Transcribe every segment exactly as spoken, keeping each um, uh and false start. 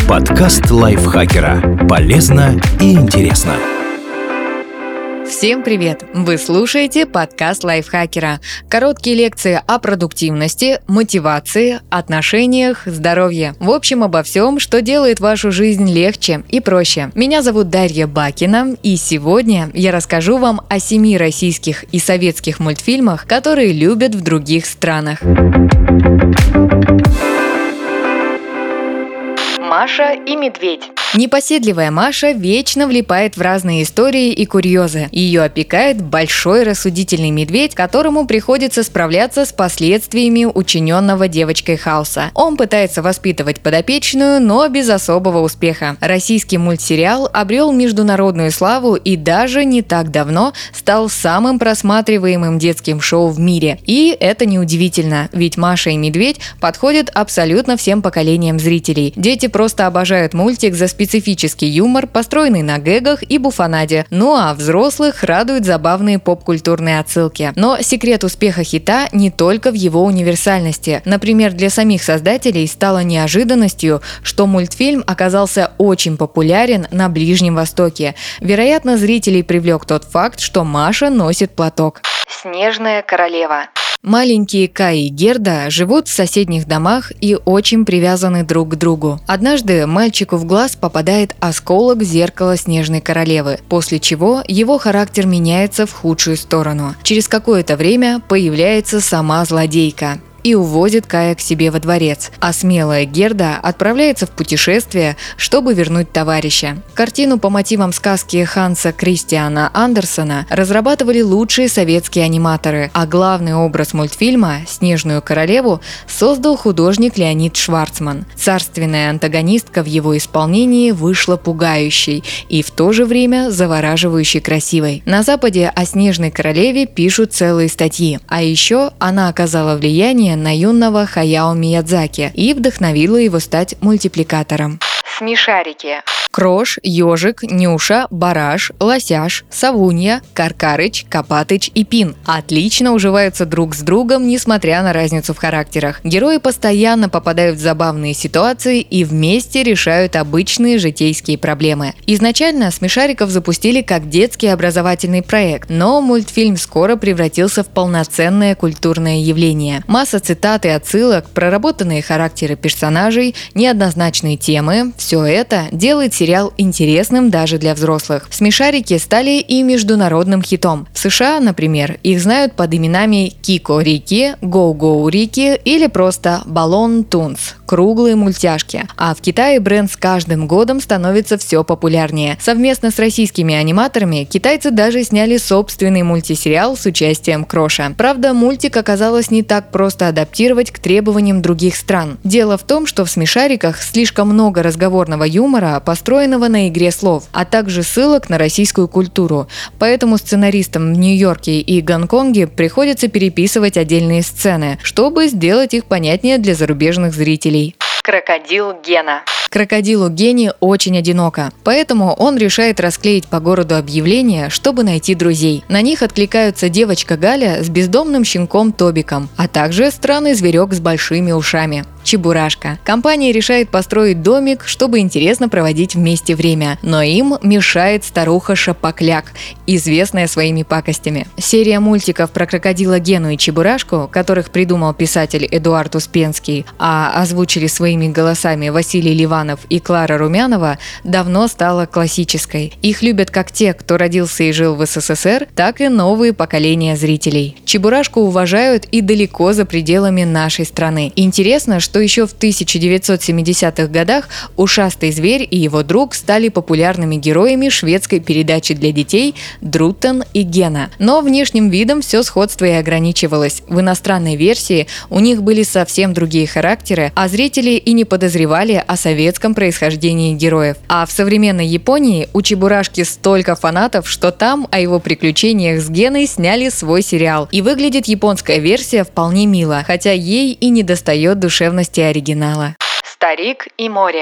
Подкаст лайфхакера. Полезно и интересно. Всем привет! Вы слушаете подкаст лайфхакера. Короткие лекции о продуктивности, мотивации, отношениях, здоровье. В общем, обо всем, что делает вашу жизнь легче и проще. Меня зовут Дарья Бакина, и сегодня я расскажу вам о семи российских и советских мультфильмах, которые любят в других странах. Маша и медведь. Непоседливая Маша вечно влипает в разные истории и курьезы. Ее опекает большой рассудительный медведь, которому приходится справляться с последствиями учиненного девочкой хаоса. Он пытается воспитывать подопечную, но без особого успеха. Российский мультсериал обрел международную славу и даже не так давно стал самым просматриваемым детским шоу в мире. И это неудивительно, ведь Маша и медведь подходят абсолютно всем поколениям зрителей. Дети просто обожают мультик за специфический юмор, построенный на гэгах и буфонаде. Ну а взрослых радуют забавные поп-культурные отсылки. Но секрет успеха хита не только в его универсальности. Например, для самих создателей стало неожиданностью, что мультфильм оказался очень популярен на Ближнем Востоке. Вероятно, зрителей привлек тот факт, что Маша носит платок. Снежная королева. Маленькие Кай и Герда живут в соседних домах и очень привязаны друг к другу. Однажды мальчику в глаз попадает осколок зеркала Снежной королевы, после чего его характер меняется в худшую сторону. Через какое-то время появляется сама злодейка и увозит Кая к себе во дворец, а смелая Герда отправляется в путешествие, чтобы вернуть товарища. Картину по мотивам сказки Ханса Кристиана Андерсена разрабатывали лучшие советские аниматоры, а главный образ мультфильма «Снежную королеву» создал художник Леонид Шварцман. Царственная антагонистка в его исполнении вышла пугающей и в то же время завораживающе красивой. На Западе о «Снежной королеве» пишут целые статьи, а еще она оказала влияние на юного Хаяо Миядзаки и вдохновила его стать мультипликатором. Смешарики. Крош, Ежик, Нюша, Бараш, Лосяш, Савунья, Каркарыч, Копатыч и Пин отлично уживаются друг с другом, несмотря на разницу в характерах. Герои постоянно попадают в забавные ситуации и вместе решают обычные житейские проблемы. Изначально смешариков запустили как детский образовательный проект, но мультфильм скоро превратился в полноценное культурное явление. Масса цитат и отсылок, проработанные характеры персонажей, неоднозначные темы – все это делает сериал интересным даже для взрослых. Смешарики стали и международным хитом. В США, например, их знают под именами Кико Рики, Гоу-Гоу Рики или просто Баллон Тунс – круглые мультяшки. А в Китае бренд с каждым годом становится все популярнее. Совместно с российскими аниматорами китайцы даже сняли собственный мультисериал с участием Кроша. Правда, мультик оказалось не так просто адаптировать к требованиям других стран. Дело в том, что в смешариках слишком много разговорного юмора, построенного на игре слов, а также ссылок на российскую культуру. Поэтому сценаристам в Нью-Йорке и Гонконге приходится переписывать отдельные сцены, чтобы сделать их понятнее для зарубежных зрителей. Крокодил Гена. Крокодилу Гене очень одиноко, поэтому он решает расклеить по городу объявления, чтобы найти друзей. На них откликаются девочка Галя с бездомным щенком Тобиком, а также странный зверек с большими ушами – Чебурашка. Компания решает построить домик, чтобы интересно проводить вместе время, но им мешает старуха Шапокляк, известная своими пакостями. Серия мультиков про крокодила Гену и Чебурашку, которых придумал писатель Эдуард Успенский, а озвучили своими голосами Василий Ливанов и Клара Румянова, давно стала классической. Их любят как те, кто родился и жил в СССР, так и новые поколения зрителей. Чебурашку уважают и далеко за пределами нашей страны. Интересно, что еще в тысяча девятьсот семидесятых годах ушастый зверь и его друг стали популярными героями шведской передачи для детей «Друттен и Гена». Но внешним видом все сходство и ограничивалось. В иностранной версии у них были совсем другие характеры, а зрители и не подозревали о советском происхождении героев. А в современной Японии у Чебурашки столько фанатов, что там о его приключениях с Геной сняли свой сериал. И выглядит японская версия вполне мило, хотя ей и недостает душевности оригинала. Старик и море.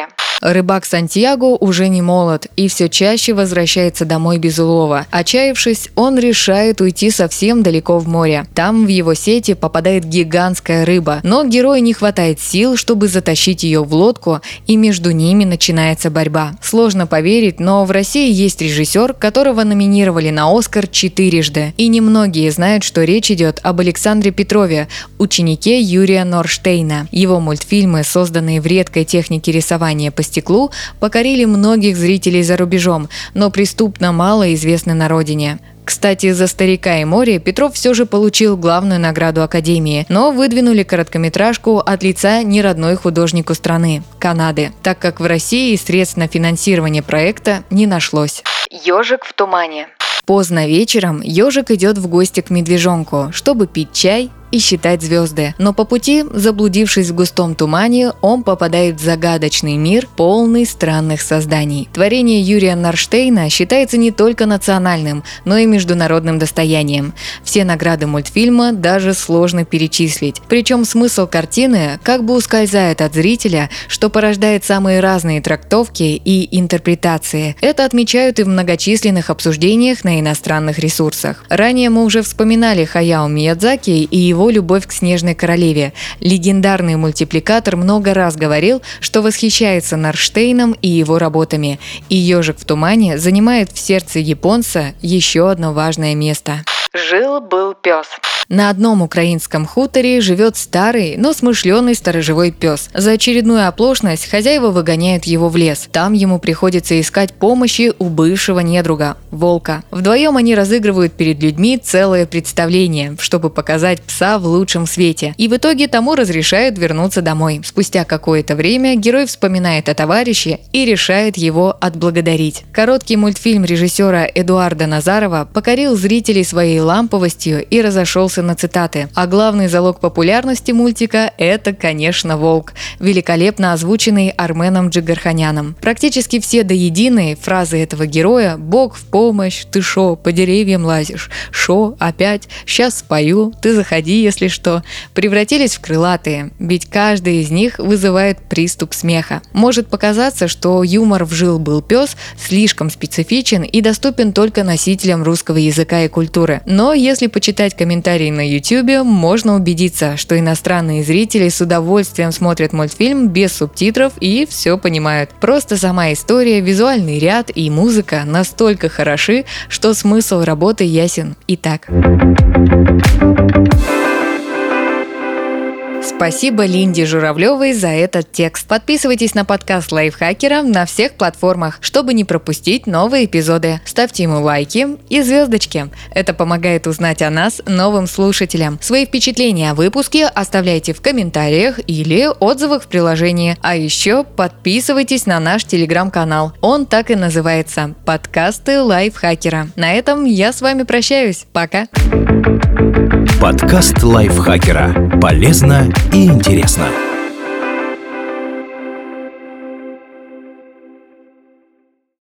Рыбак Сантьяго уже не молод и все чаще возвращается домой без улова. Отчаявшись, он решает уйти совсем далеко в море. Там в его сети попадает гигантская рыба, но герою не хватает сил, чтобы затащить ее в лодку, и между ними начинается борьба. Сложно поверить, но в России есть режиссер, которого номинировали на Оскар четырежды. И немногие знают, что речь идет об Александре Петрове, ученике Юрия Норштейна. Его мультфильмы, созданные в редкой технике рисования по стеклу, покорили многих зрителей за рубежом, но преступно мало известны на родине. Кстати, за «Старика и море» Петров все же получил главную награду Академии, но выдвинули короткометражку от лица неродной художнику страны – Канады, так как в России средств на финансирование проекта не нашлось. Ёжик в тумане. Поздно вечером ежик идет в гости к медвежонку, чтобы пить чай и считать звезды. Но по пути, заблудившись в густом тумане, он попадает в загадочный мир, полный странных созданий. Творение Юрия Норштейна считается не только национальным, но и международным достоянием. Все награды мультфильма даже сложно перечислить. Причем смысл картины как бы ускользает от зрителя, что порождает самые разные трактовки и интерпретации. Это отмечают и в многочисленных обсуждениях на иностранных ресурсах. Ранее мы уже вспоминали Хаяо Миядзаки и его любовь к «Снежной королеве». Легендарный мультипликатор много раз говорил, что восхищается Норштейном и его работами. И «Ежик в тумане» занимает в сердце японца еще одно важное место. Жил-был пес. На одном украинском хуторе живет старый, но смышленый сторожевой пес. За очередную оплошность хозяева выгоняют его в лес. Там ему приходится искать помощи у бывшего недруга – волка. Вдвоем они разыгрывают перед людьми целое представление, чтобы показать пса в лучшем свете. И в итоге тому разрешают вернуться домой. Спустя какое-то время герой вспоминает о товарище и решает его отблагодарить. Короткий мультфильм режиссера Эдуарда Назарова покорил зрителей своей ламповостью и разошелся на цитаты. А главный залог популярности мультика – это, конечно, волк, великолепно озвученный Арменом Джигарханяном. Практически все до единой фразы этого героя «Бог в помощь», «Ты шо, по деревьям лазишь», «Шо, опять», «Сейчас спою», «Ты заходи, если что» превратились в крылатые, ведь каждый из них вызывает приступ смеха. Может показаться, что юмор в «Жил-был пес» слишком специфичен и доступен только носителям русского языка и культуры. Но если почитать комментарии на YouTube, можно убедиться, что иностранные зрители с удовольствием смотрят мультфильм без субтитров и все понимают. Просто сама история, визуальный ряд и музыка настолько хороши, что смысл работы ясен и так. Спасибо Линде Журавлевой за этот текст. Подписывайтесь на подкаст Лайфхакера на всех платформах, чтобы не пропустить новые эпизоды. Ставьте ему лайки и звездочки. Это помогает узнать о нас новым слушателям. Свои впечатления о выпуске оставляйте в комментариях или отзывах в приложении. А еще подписывайтесь на наш телеграм-канал. Он так и называется – «Подкасты Лайфхакера». На этом я с вами прощаюсь. Пока! Подкаст Лайфхакера. Полезно и интересно.